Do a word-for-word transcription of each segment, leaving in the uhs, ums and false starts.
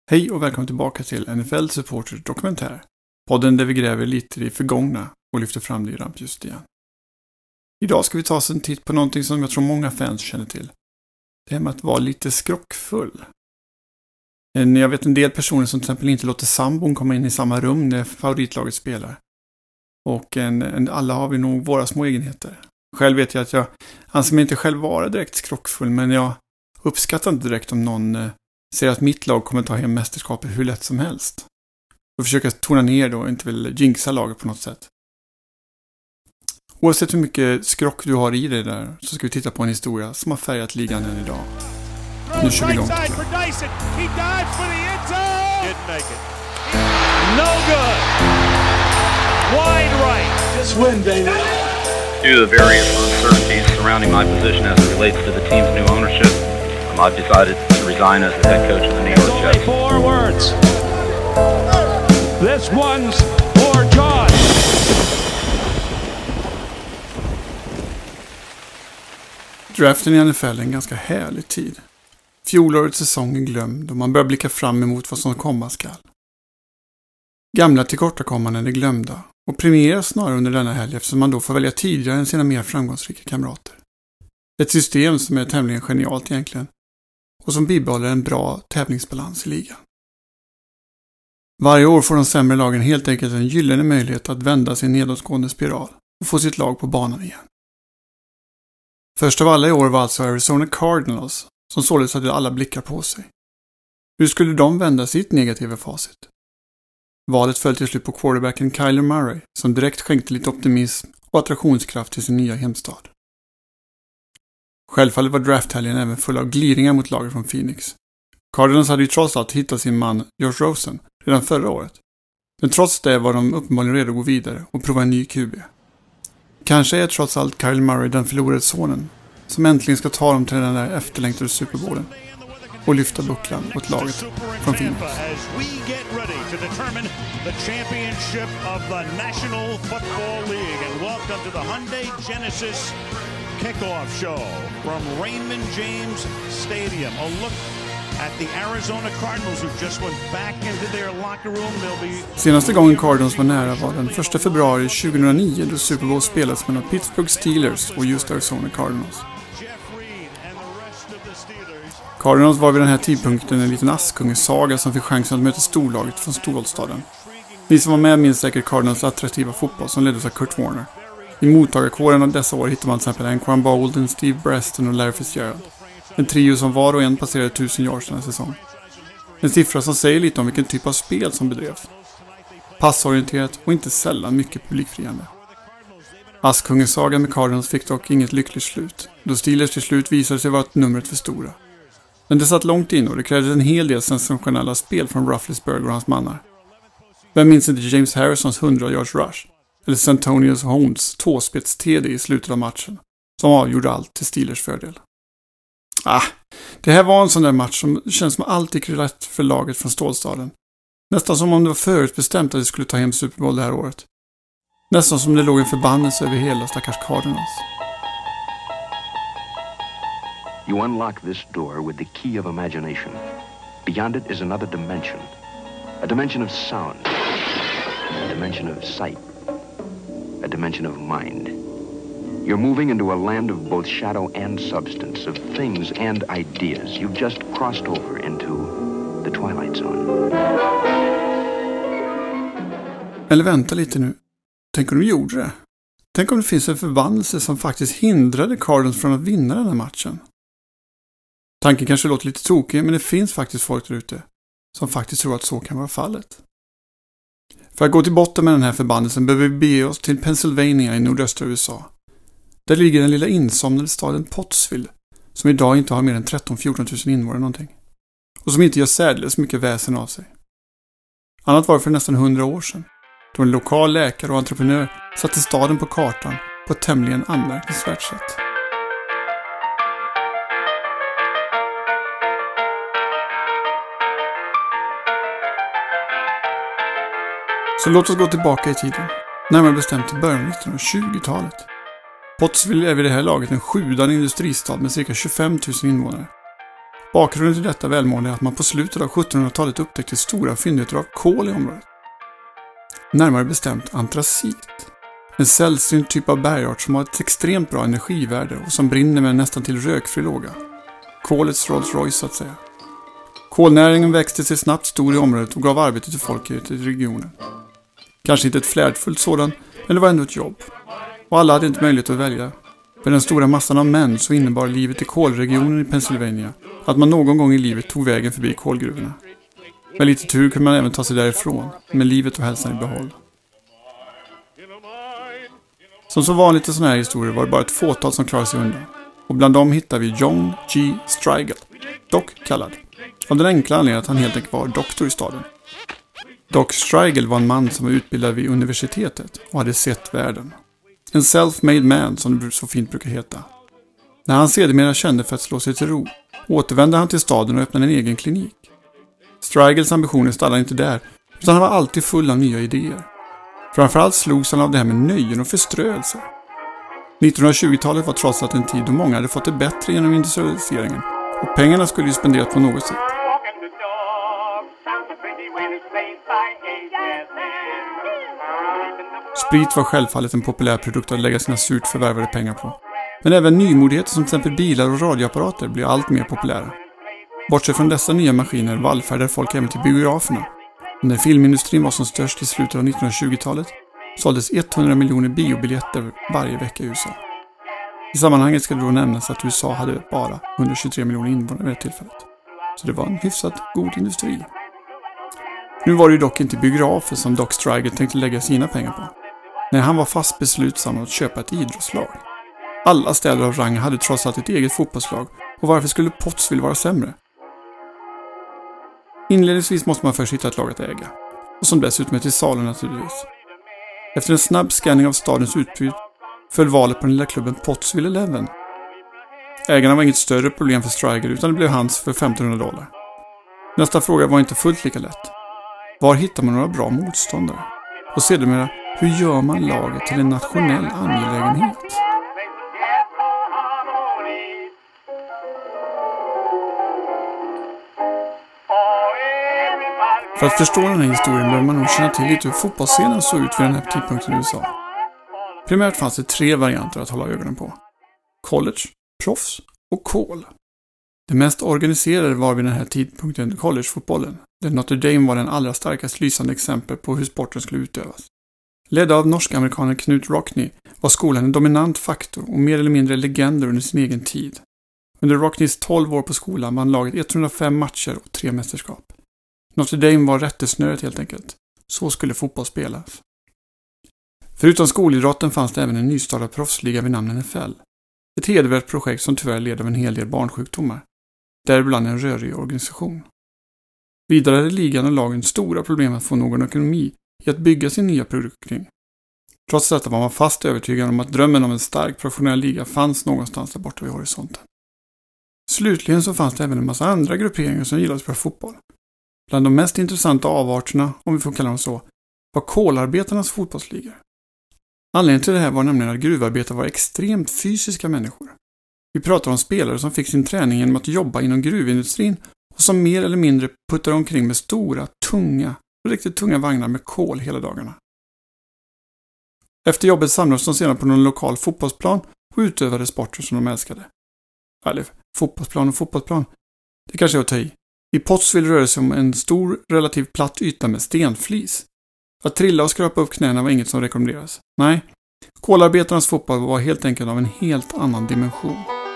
Hej och välkommen tillbaka till N F L Supporter Dokumentär. Podden där vi gräver lite i det förgångna och lyfter fram det i rampljuset igen. Idag ska vi ta oss en titt på någonting som jag tror många fans känner till. Det här med att vara lite skrockfull. Jag vet en del personer som till exempel inte låter sambon komma in i samma rum när favoritlaget spelar. Och en, en, alla har vi nog våra små egenheter. Själv vet jag att jag anser mig inte själv vara direkt skrockfull, men jag uppskattar inte direkt om någon eh, säger att mitt lag kommer ta hem mästerskapet hur lätt som helst. Och försöka tona ner då och inte vill jinxa laget på något sätt. Oavsett hur mycket skrock du har i dig där så ska vi titta på en historia som har färgat ligan än idag. Nu kör vi igång. Due to the various uncertainties surrounding my position as it relates to the team's new ownership, um, I've decided to resign as the head coach of the New York Jets. Only four words. This one's for John. Draften i N F L är en ganska härlig tid. Fjolårets säsong är glömd och man börjar blicka fram emot vad som komma skall. Gamla tillkortakommanden är glömda och premieras snarare under denna helg eftersom man då får välja tidigare än sina mer framgångsrika kamrater. Ett system som är tämligen genialt egentligen och som bibehåller en bra tävlingsbalans i ligan. Varje år får de sämre lagen helt enkelt en gyllene möjlighet att vända sin nedåtgående spiral och få sitt lag på banan igen. Först av alla i år var alltså Arizona Cardinals som således hade alla blickar på sig. Hur skulle de vända sitt negativa facit? Valet föll till slut på quarterbacken Kyler Murray som direkt skänkte lite optimism och attraktionskraft till sin nya hemstad. Självfallet var drafthelgen även full av gliringar mot laget från Phoenix. Cardinals hade ju trots allt hittat sin man Josh Rosen redan förra året. Men trots det var de uppenbarligen redo att gå vidare och prova en ny Q B. Kanske är trots allt Kyler Murray den förlorade sonen som äntligen ska ta dem till den där efterlängtade Super Bowlen och lyfta bucklan åt laget från Phoenix. Kickoff show from Raymond James Stadium. A look at the Arizona Cardinals who just went back into their locker room. They'll be... Senaste gången Cardinals var nära var den första februari tjugohundranio då Super Bowl spelades mellan Pittsburgh Steelers och just Arizona Cardinals. Cardinals var vid den här tidpunkten en liten askungesaga som fick chansen att möta storlaget från storstaden. Ni som var med minns säkert Cardinals attraktiva fotboll som leddes av Kurt Warner. I mottagarkåren av dessa år hittar man till exempel Anquan Boldin, Steve Preston och Larry Fitzgerald. En trio som var och en passerade tusen yards den här säsong. En siffra som säger lite om vilken typ av spel som bedrevs. Passorienterat och inte sällan mycket publikfriande. Askungesagan med Cardinals fick dock inget lyckligt slut, då Steelers till slut visade sig vara ett numret för stora. Men det satt långt in och det krävdes en hel del sensationella spel från Roethlisberger och hans mannar. Vem minns inte James Harrisons hundra yards rush? Eller Santonius Holmes tvåspets-T D i slutet av matchen, som avgjorde allt till Steelers fördel. Ah, det här var en sån där match som känns som allt gick rätt för laget från stålstaden. Nästan som om det var förutbestämt att de skulle ta hem Super Bowl det här året. Nästan som det låg en förbannelse över hela stackars Cardinals. You unlock this door with the key of imagination. Beyond it is another dimension. A dimension of sound. A dimension of sight. A dimension of mind. You're moving into a land of both shadow and substance, of things and ideas. You've just crossed over into the twilight zone. Eller vänta lite nu. Tänk om du gjorde det. Tänk om det finns en förvandlelse som faktiskt hindrade Cardinals från att vinna den här matchen. Tanken kanske låter lite tokig, men det finns faktiskt folk där ute som faktiskt tror att så kan vara fallet. För att gå till botten med den här förbannelsen behöver vi bege oss till Pennsylvania i nordöstra U S A. Där ligger den lilla insomnade staden Pottsville, som idag inte har mer än tretton till fjorton tusen invånare någonting. Och som inte gör särdeles mycket väsen av sig. Annat var det för nästan hundra år sedan, då en lokal läkare och entreprenör satte staden på kartan på ett tämligen anmärkningsvärt sätt. Så låt oss gå tillbaka i tiden, närmare bestämt till början av nittonhundratjugotalet. Pottsville är vid det här laget en sjudande industristad med cirka tjugofem tusen invånare. Bakgrunden till detta välmående är att man på slutet av sjuttonhundratalet upptäckte stora fyndigheter av kol i området. Närmare bestämt antracit. En sällsynt typ av bergart som har ett extremt bra energivärde och som brinner med nästan till rökfri låga. Kolets Rolls Royce så att säga. Kolnäringen växte sig snabbt stor i området och gav arbete till folket i regionen. Kanske inte ett flärdfullt sådan, men det var ändå ett jobb. Och alla hade inte möjlighet att välja. För den stora massan av män så innebar livet i kolregionen i Pennsylvania att man någon gång i livet tog vägen förbi kolgruvorna. Med lite tur kunde man även ta sig därifrån, med livet och hälsan i behåll. Som så vanligt i sådana här historier var det bara ett fåtal som klarade sig undan. Och bland dem hittar vi John G. Strigel, dock kallad. Av den enkla anledningen att han helt enkelt var doktor i staden. Doc Strigel var en man som var utbildad vid universitetet och hade sett världen. En self-made man som det så fint brukar heta. När han sedermera kände för att slå sig till ro återvände han till staden och öppnade en egen klinik. Strigels ambitioner stannade inte där utan han var alltid full av nya idéer. Framförallt slogs han av det här med nöjen och förströelse. nittonhundratjugotalet var trots allt en tid då många hade fått det bättre genom industrialiseringen och pengarna skulle ju spenderas på något sätt. Sprit var självfallet en populär produkt att lägga sina surt förvärvade pengar på. Men även nymodigheter som till exempel bilar och radioapparater blev allt mer populära. Bortsett från dessa nya maskiner vallfärdade folk även till biograferna. När filmindustrin var som störst i slutet av nittonhundratjugotalet såldes hundra miljoner biobiljetter varje vecka i U S A. I sammanhanget ska det då nämnas att U S A hade bara hundratjugotre miljoner invånare vid det tillfället. Så det var en hyfsat god industri. Nu var det ju dock inte biografer som Doc Strigel tänkte lägga sina pengar på. När han var fast beslutsam att köpa ett idrottslag. Alla städer av rang hade trots allt ett eget fotbollslag och varför skulle Pottsville vara sämre? Inledningsvis måste man först hitta ett lag att äga. Och som dessutom är till salen naturligtvis. Efter en snabb scanning av stadens utbud föll valet på den lilla klubben Pottsville Eleven. Ägarna var inget större problem för Strigel utan det blev hans för femtonhundra dollar. Nästa fråga var inte fullt lika lätt. Var hittar man några bra motståndare? Och sedermera, hur gör man laget till en nationell angelägenhet? För att förstå den här historien behöver man nog känna till lite hur fotbollsscenen såg ut vid den här tidpunkten i U S A. Primärt fanns det tre varianter att hålla ögonen på. College, proffs och kol. Det mest organiserade var vid den här tidpunkten collegefotbollen, där Notre Dame var den allra starkast lysande exempel på hur sporten skulle utövas. Ledd av norsk-amerikanen Knut Rockne var skolan en dominant faktor och mer eller mindre legender under sin egen tid. Under Rocknes tolv år på skolan vann laget hundrafem matcher och tre mästerskap. Notre Dame var rättesnöret helt enkelt. Så skulle fotboll spelas. Förutom skolidrotten fanns det även en nystartad proffsliga vid namn N F L. Ett hedervärt projekt som tyvärr led av en hel del barnsjukdomar. Däribland en rörig organisation. Vidare hade ligan och lagen stora problem att få någon ekonomi i att bygga sin nya produkt kring. Trots detta var man fast övertygad om att drömmen om en stark professionell liga fanns någonstans där borta vid horisonten. Slutligen så fanns det även en massa andra grupperingar som gillade att spela fotboll. Bland de mest intressanta avarterna, om vi får kalla dem så, var kolarbetarnas fotbollsligor. Anledningen till det här var nämligen att gruvarbetare var extremt fysiska människor. Vi pratar om spelare som fick sin träning genom att jobba inom gruvindustrin och som mer eller mindre puttade omkring med stora, tunga och riktigt tunga vagnar med kol hela dagarna. Efter jobbet samlades de sedan på någon lokal fotbollsplan och utövade sporter som de älskade. Eller fotbollsplan och fotbollsplan, det kanske är att ta i. I Pottsville rörde sig om en stor, relativt platt yta med stenflis. Att trilla och skrapa upp knäna var inget som rekommenderas. Nej, kolarbetarnas fotboll var helt enkelt av en helt annan dimension.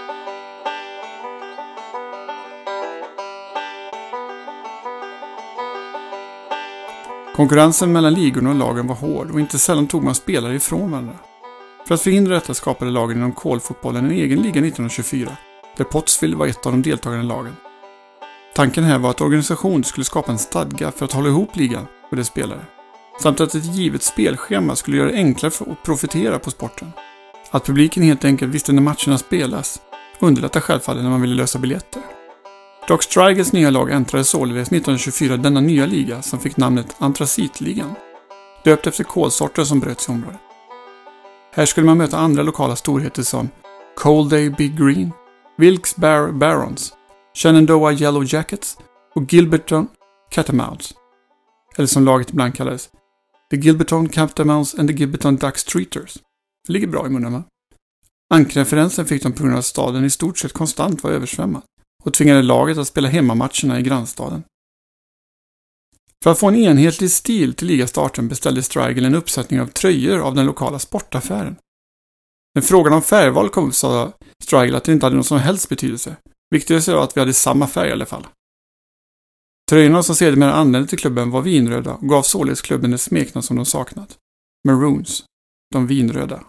Konkurrensen mellan ligorna och lagen var hård och inte sällan tog man spelare ifrån varandra. För att förhindra detta skapade lagen inom kolfotbollen en egen liga nittonhundratjugofyra, där Pottsville var ett av de deltagande lagen. Tanken här var att organisationen skulle skapa en stadga för att hålla ihop ligan och dess spelare, samt att ett givet spelschema skulle göra det enklare för att profitera på sporten. Att publiken helt enkelt visste när matcherna spelas underlättar självfallet när man ville lösa biljetter. Doc Strigels nya lag äntrade således nittonhundratjugofyra denna nya liga som fick namnet Antracitligan, döpt efter kolsorter som bröts i området. Här skulle man möta andra lokala storheter som Cold Day Big Green, Wilkes Barre Barons, Shenandoah Yellow Jackets och Gilberton Catamounts. Eller som laget ibland kallades, The Gilberton Catamounts and the Gilberton Ducks Treaters. Det ligger bra i munnen, va? Ankreferensen fick de på grund av att staden i stort sett konstant var översvämmad och tvingade laget att spela hemmamatcherna i grannstaden. För att få en enhetlig stil till ligastarten beställde Strigel en uppsättning av tröjor av den lokala sportaffären. När frågan om färgval kom upp sa Strigel att det inte hade någon som helst betydelse. Viktigast var att vi hade samma färg i alla fall. Tröjorna som sedermera anlände till klubben var vinröda och gav således klubben det smeknamn som de saknat. Maroons, de vinröda.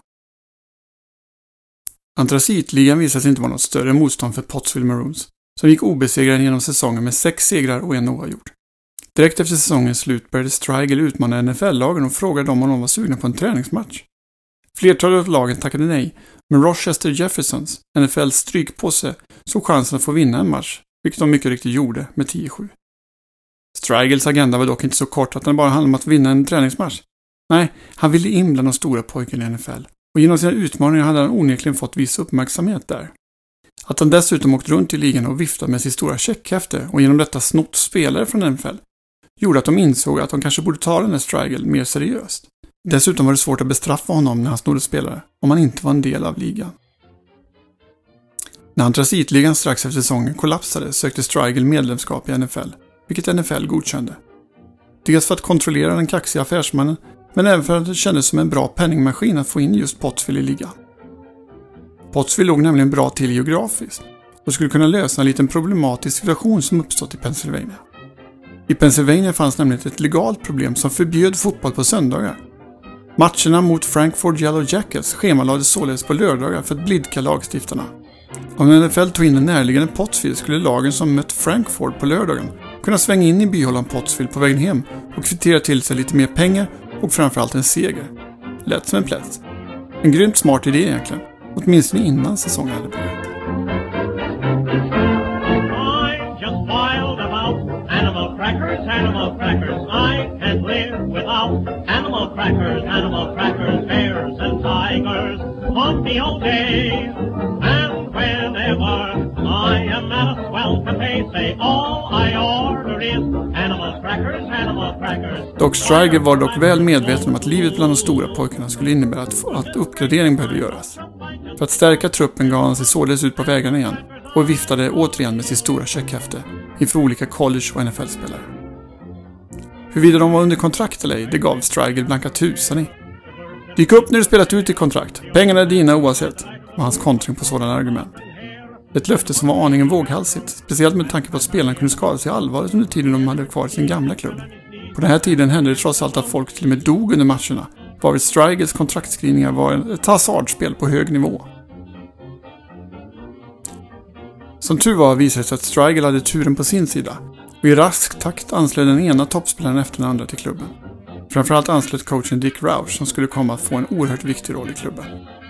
Antracitligan visade sig inte vara något större motstånd för Pottsville Maroons, som gick obesegrade genom säsongen med sex segrar och en oavgjord. Direkt efter säsongens slut började Strigel utmana N F L-lagen och frågade dem om de var sugna på en träningsmatch. Flertalet av lagen tackade nej, men Rochester Jeffersons, N F L:s strykpåse, såg chansen att få vinna en match, vilket de mycket riktigt gjorde med tio sju. Strigels agenda var dock inte så kort att den bara handlade om att vinna en träningsmatch. Nej, han ville in bland de stora pojkarna i N F L, och genom sina utmaningar hade han onekligen fått viss uppmärksamhet där. Att han dessutom åkt runt i ligan och viftade med sitt stora checkhäfte och genom detta snott spelare från N F L gjorde att de insåg att de kanske borde ta den här Strigel mer seriöst. Dessutom var det svårt att bestraffa honom när han snodde spelare, om han inte var en del av ligan. När Antracitligan strax efter säsongen kollapsade sökte Strigel medlemskap i N F L, vilket N F L godkände. Dels för att kontrollera den kaxiga affärsmannen, men även för att det kändes som en bra penningmaskin att få in just Pottsville i ligan. Pottsville låg nämligen bra till geografiskt och skulle kunna lösa en liten problematisk situation som uppstått i Pennsylvania. I Pennsylvania fanns nämligen ett legalt problem som förbjöd fotboll på söndagar. Matcherna mot Frankford Yellow Jackets schemalades således på lördagar för att blidka lagstiftarna. Om N F L tog in en närliggande Pottsville skulle lagen som mött Frankford på lördagen kunna svänga in i byhålan Pottsville på vägen hem och kvittera till sig lite mer pengar och framförallt en seger. Lätt som en plätt. En grymt smart idé egentligen, åtminstone innan säsongen hade börjat. Animal crackers, animal crackers, I can't live without animal crackers, animal crackers, bears and tigers on the old day. And whenever I am at a swell cafe, say all I order is animal crackers, animal crackers. Dock Strigel var dock väl medveten om att livet bland de stora pojkarna skulle innebära att, att uppgradering behövde göras. För att stärka truppen gav han sig således ut på vägarna igen och viftade återigen med sitt stora checkhäfte inför olika college- och N F L-spelare. Huruvida de var under kontrakt eller ej, det gav Strigel blanka tusan i. Dyk upp när du spelat ut i kontrakt. Pengarna är dina oavsett, var hans kontring på sådana argument. Ett löfte som var aningen våghalsigt, speciellt med tanke på att spelarna kunde skada sig allvarligt under tiden de hade kvar sin gamla klubb. På den här tiden hände det trots allt att folk till och med dog under matcherna, varvid Strigels kontraktskrivningar var ett hasardspel på hög nivå. Som tur var visade det sig att Strigel hade turen på sin sida och i rask takt anslöt den ena toppspelaren efter den andra till klubben. Framförallt anslöt coachen Dick Roush som skulle komma att få en oerhört viktig roll i klubben.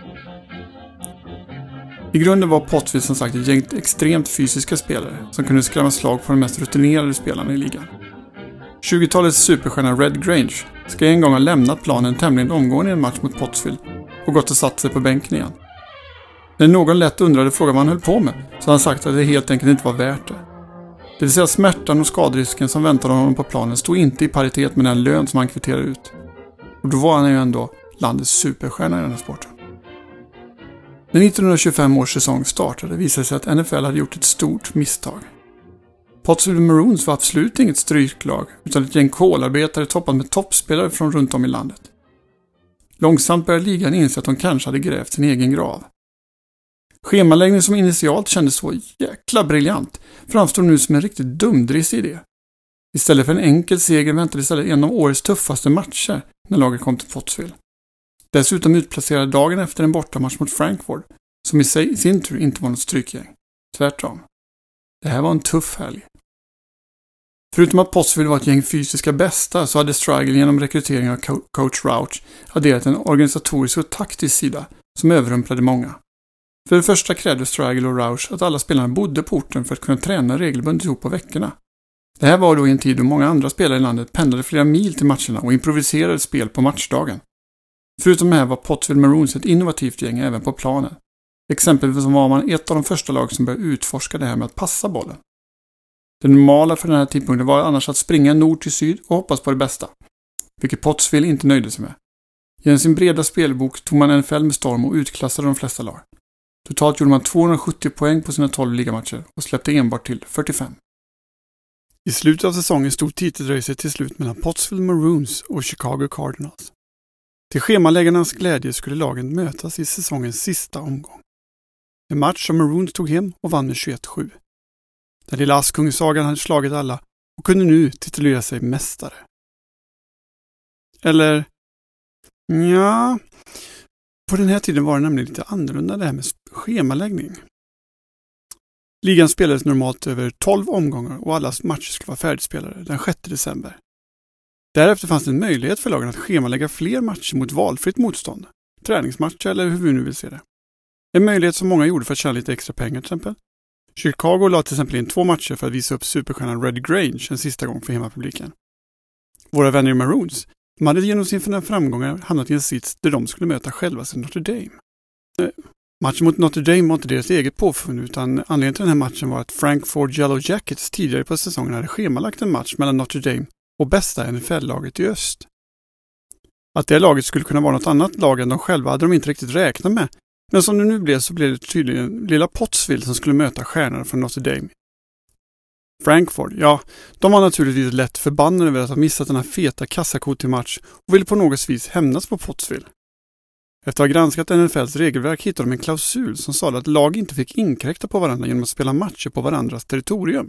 I grunden var Pottsville som sagt ett gäng extremt fysiska spelare som kunde skrämma slag på de mest rutinerade spelarna i ligan. tjugotalets superstjärna Red Grange ska en gång ha lämnat planen tämligen omgående i en match mot Pottsville och gått och satt sig på bänken igen. När någon lätt undrade frågan vad han höll på med så han sagt att det helt enkelt inte var värt det. Det vill säga smärtan och skadrisken som väntade honom på planen stod inte i paritet med den lön som han kvitterade ut. Och då var han ju ändå landets superstjärna i den här sporten. När nittonhundratjugofem års säsong startade visade sig att N F L hade gjort ett stort misstag. Pottsville Maroons var absolut inget stryklag utan ett gäng kolarbetare toppat med toppspelare från runt om i landet. Långsamt började ligan inse att de kanske hade grävt sin egen grav. Schemaläggning som initialt kändes så jäkla briljant framstod nu som en riktigt dumdristig idé. Istället för en enkel seger väntade istället en av årets tuffaste matcher när laget kom till Pottsville. Dessutom utplacerade dagen efter en bortamatch mot Frankford som i sig i sin tur inte var något strykgäng. Tvärtom. Det här var en tuff helg. Förutom att Pottsville var ett gäng fysiska bästa så hade Strigel genom rekrytering av coach Roush adderat en organisatorisk och taktisk sida som överrumplade många. För det första krävde Strigel och Roush att alla spelarna bodde på orten för att kunna träna regelbundet ihop på veckorna. Det här var då i en tid då många andra spelare i landet pendlade flera mil till matcherna och improviserade spel på matchdagen. Förutom det här var Pottsville Maroons ett innovativt gäng även på planen. Exempelvis var man ett av de första lag som började utforska det här med att passa bollen. Det normala för den här tidpunkten var annars att springa nord till syd och hoppas på det bästa, vilket Pottsville inte nöjde sig med. Genom sin breda spelbok tog man N F L med storm och utklassade de flesta lag. Totalt gjorde man tvåhundrasjuttio poäng på sina tolv ligamatcher och släppte enbart till fyrtiofem. I slutet av säsongen stod titelracet till slut mellan Pottsville Maroons och Chicago Cardinals. Till schemaläggarnas glädje skulle lagen mötas i säsongens sista omgång. En match som Maroons tog hem och vann med tjugoett sju. Den lilla Askungssagan hade slagit alla och kunde nu titulera sig mästare. Eller, ja, på den här tiden var det nämligen lite annorlunda det här med schemaläggning. Ligan spelades normalt över tolv omgångar och alla matcher skulle vara färdigspelade den sjätte december. Därefter fanns det en möjlighet för lagen att schemalägga fler matcher mot valfritt motstånd, träningsmatcher eller hur vi nu vill se det. En möjlighet som många gjorde för att tjäna lite extra pengar till exempel. Chicago la till exempel in två matcher för att visa upp superstjärnan Red Grange en sista gång för hemmapubliken. Våra vänner i Maroons, de hade genom sina framgångar hamnat i en sits där de skulle möta själva sin Notre Dame. Eh, matchen mot Notre Dame var inte deras eget påfund, utan anledningen till den här matchen var att Frank Ford Yellow Jackets tidigare på säsongen hade schemalagt en match mellan Notre Dame och bästa N F L-laget i öst. Att det laget skulle kunna vara något annat lag än de själva hade de inte riktigt räknat med, men som det nu blev så blev det tydligen lilla Pottsville som skulle möta stjärnorna från Notre Dame. Frankfurt, ja, de var naturligtvis lätt förbannade över att ha missat den här feta kassakort till match och ville på något vis hämnas på Pottsville. Efter att ha granskat N F L:s regelverk hittade de en klausul som sa att lag inte fick inkräkta på varandra genom att spela matcher på varandras territorium.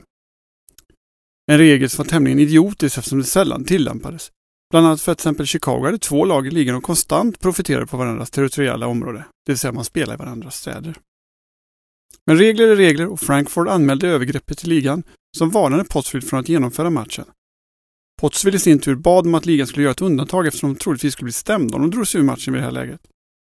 En regel som var tämligen idiotisk eftersom det sällan tillämpades. Bland annat för att till exempel Chicago hade två lag i ligan och konstant profiterade på varandras territoriella område, det vill säga man spelar i varandras städer. Men regler är regler och Frankfurt anmälde övergreppet till ligan som varnade Pottsville från att genomföra matchen. Pottsville i sin tur bad om att ligan skulle göra ett undantag eftersom de troligtvis skulle bli stämda om de drog sig ur matchen vid det här läget.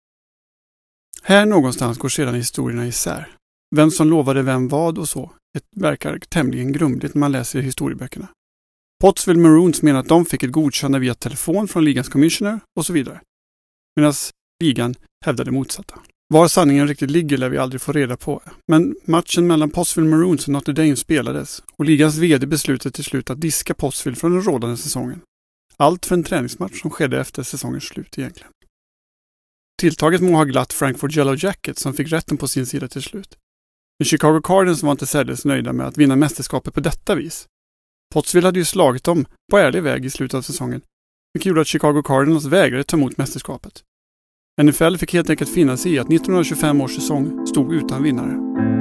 Här någonstans går sedan historierna isär. Vem som lovade vem vad och så. Det verkar tämligen grumligt när man läser historieböckerna. Pottsville Maroons menar att de fick ett godkännande via telefon från ligans commissioner och så vidare. Medan ligan hävdade motsatta. Var sanningen riktigt ligger lär vi aldrig få reda på. Men matchen mellan Pottsville Maroons och Notre Dame spelades och ligans vd beslutade till slut att diska Pottsville från den rådande säsongen. Allt för en träningsmatch som skedde efter säsongens slut egentligen. Tilltaget må ha glatt Frankfurt Yellow Jackets som fick rätten på sin sida till slut. Men Chicago Cardinals var inte särdeles nöjda med att vinna mästerskapet på detta vis. Pottsville hade ju slagit dem på ärlig väg i slutet av säsongen, vilket gjorde att Chicago Cardinals vägrade ta emot mästerskapet. N F L fick helt enkelt finna sig i att nittonhundratjugofem års säsong stod utan vinnare.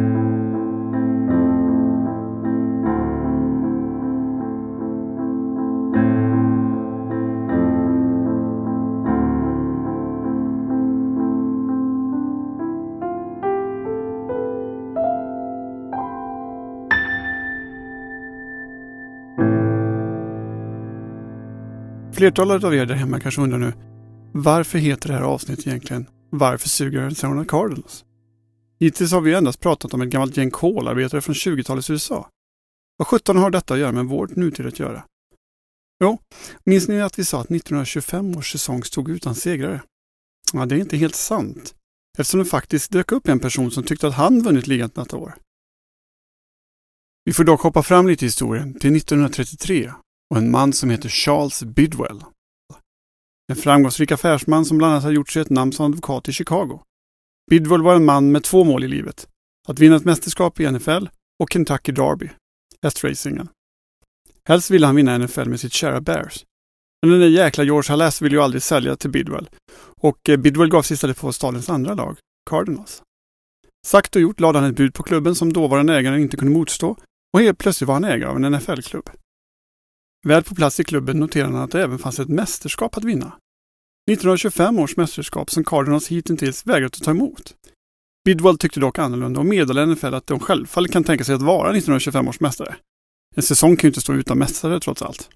Flertalet av er där hemma kanske undrar nu, varför heter det här avsnittet egentligen Varför suger Arizona Cardinals? Hittills har vi endast pratat om ett gammalt gäng kolarbetare från tjugotalets U S A. Vad sjutton har detta att göra med vårt nutid att göra? Jo, minns ni att vi sa att nittonhundratjugofem års säsong stod utan segrare? Ja, det är inte helt sant, eftersom det faktiskt dök upp en person som tyckte att han vunnit ligan detta år. Vi får dock hoppa fram lite i historien till nittonhundratrettiotre och en man som heter Charles Bidwell. En framgångsrik affärsman som bland annat har gjort sig ett namn som advokat i Chicago. Bidwell var en man med två mål i livet. Att vinna ett mästerskap i N F L och Kentucky Derby, hästracingen. Helst ville han vinna N F L med sitt kära Bears. Men den där jäkla George Halas ville ju aldrig sälja till Bidwell. Och Bidwell gav sig istället på stadens andra lag, Cardinals. Sagt och gjort lade han ett bud på klubben som dåvarande ägaren inte kunde motstå. Och helt plötsligt var han ägare av en N F L-klubb. Väl på plats i klubben noterade han att det även fanns ett mästerskap att vinna. nittonhundratjugofem års mästerskap som Cardinals hittills vägrat att ta emot. Bidwell tyckte dock annorlunda och meddelade N F L att de självfallet kan tänka sig att vara nittonhundratjugofem års mästare. En säsong kan ju inte stå utan mästare trots allt.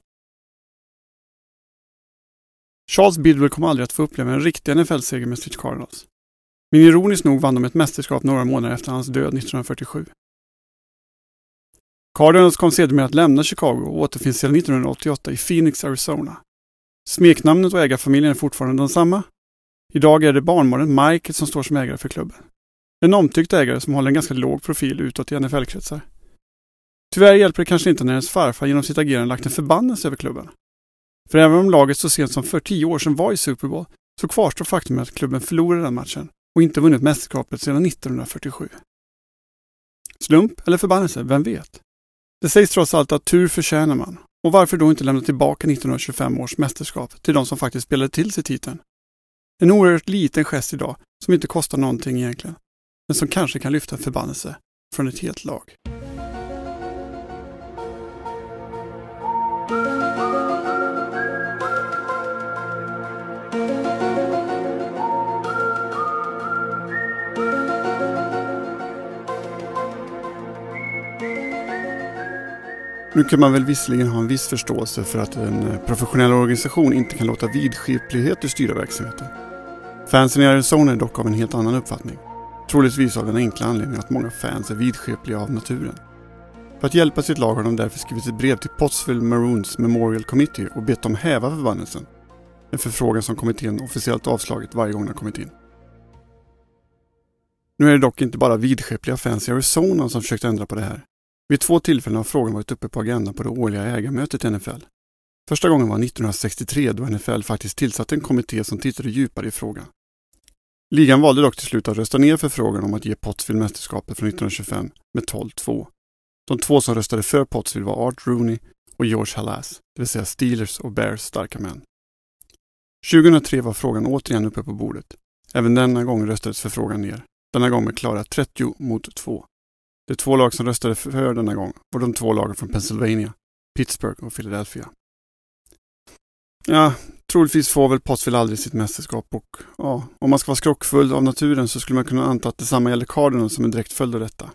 Charles Bidwell kom aldrig att få uppleva en riktig N F L-seger med sitt Cardinals. Men ironiskt nog vann de ett mästerskap några månader efter hans död nittonhundrafyrtiosju. Cardinals kom sedermera att lämna Chicago och återfinns sedan nittonhundraåttioåtta i Phoenix, Arizona. Smeknamnet och ägarfamiljen är fortfarande densamma. Idag är det barnbarnet Mike som står som ägare för klubben. En omtyckt ägare som håller en ganska låg profil utåt i N F L-kretsar. Tyvärr hjälper det kanske inte när ens farfar genom sitt agerande lagt en förbannelse över klubben. För även om laget så sent som för tio år sedan var i Super Bowl så kvarstår faktum att klubben förlorade den matchen och inte vunnit mästerskapet sedan nittonhundrafyrtiosju. Slump eller förbannelse, vem vet? Det sägs trots allt att tur förtjänar man. Och varför då inte lämna tillbaka nittonhundratjugofem års mästerskap till de som faktiskt spelade till sig titeln? En oerhört liten gest idag som inte kostar någonting egentligen, men som kanske kan lyfta förbannelse från ett helt lag. Nu kan man väl visserligen ha en viss förståelse för att en professionell organisation inte kan låta vidskeplighet styra verksamheten. Fansen i Arizona är dock av en helt annan uppfattning. Troligtvis av den enkla anledningen att många fans är vidskepliga av naturen. För att hjälpa sitt lag har de därför skrivit ett brev till Pottsville Maroons Memorial Committee och bett dem häva förbannelsen. En förfrågan som kommittén officiellt avslagit varje gång den kommit in. Nu är det dock inte bara vidskepliga fans i Arizona som försökt ändra på det här. Vid två tillfällen har frågan varit uppe på agendan på det årliga ägarmötet i N F L. Första gången var nittonhundrasextiotre då N F L faktiskt tillsatte en kommitté som tittade djupare i frågan. Ligan valde dock till slut att rösta ner för frågan om att ge Pottsville mästerskapet från nittonhundratjugofem med tolv två. De två som röstade för Pottsville var Art Rooney och George Halas, det vill säga Steelers och Bears starka män. tjugohundratre var frågan återigen uppe på bordet. Även denna gång röstades för frågan ner. Denna gång med klara trettio mot två. De två lag som röstade för denna gång var de två lagen från Pennsylvania, Pittsburgh och Philadelphia. Ja, troligtvis får väl Pottsville aldrig sitt mästerskap och ja, om man ska vara skrockfull av naturen så skulle man kunna anta att detsamma gäller Cardinals som en direkt följd av detta.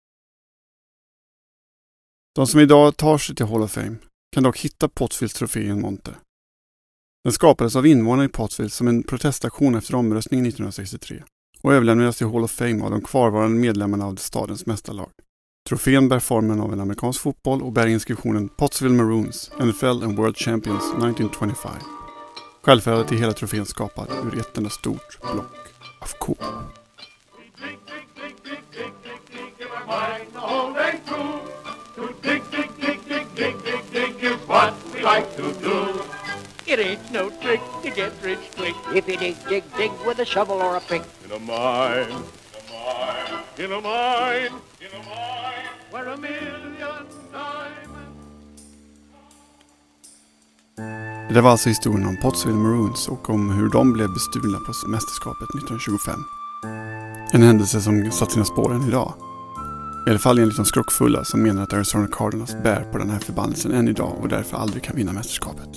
De som idag tar sig till Hall of Fame kan dock hitta Pottsvilles trofé i en monter. Den skapades av invånare i Pottsville som en protestaktion efter omröstningen nittonhundrasextiotre och överlämnades till Hall of Fame av de kvarvarande medlemmarna av stadens mästarlag. Trofén bär formen av en amerikansk fotboll och bär inskriptionen Pottsville Maroons, N F L and World Champions nittonhundratjugofem. Självfallet är hela trofén skapad ur ett enda stort block av kol. It ain't no trick to get rich quick if you dig, dig, dig with a shovel or a pick. In a mine, in a mine, in a mine, in a mine, where a million diamonds. Det var alltså historien om Pottsville Maroons och om hur de blev bestulna på mästerskapet nittonhundratjugofem. En händelse som satt sina spår än idag. I alla fall enligt de skrockfulla som menar att Arizona Cardinals bär på den här förbannelsen än idag och därför aldrig kan vinna mästerskapet.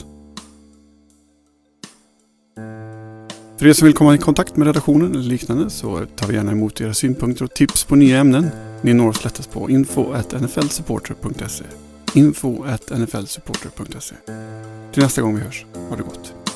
För er som vill komma i kontakt med redaktionen eller liknande så tar vi gärna emot era synpunkter och tips på nya ämnen. Ni når oss lättast på info at n f l supporter punkt se info at n f l supporter punkt se. Till nästa gång vi hörs, ha det gott!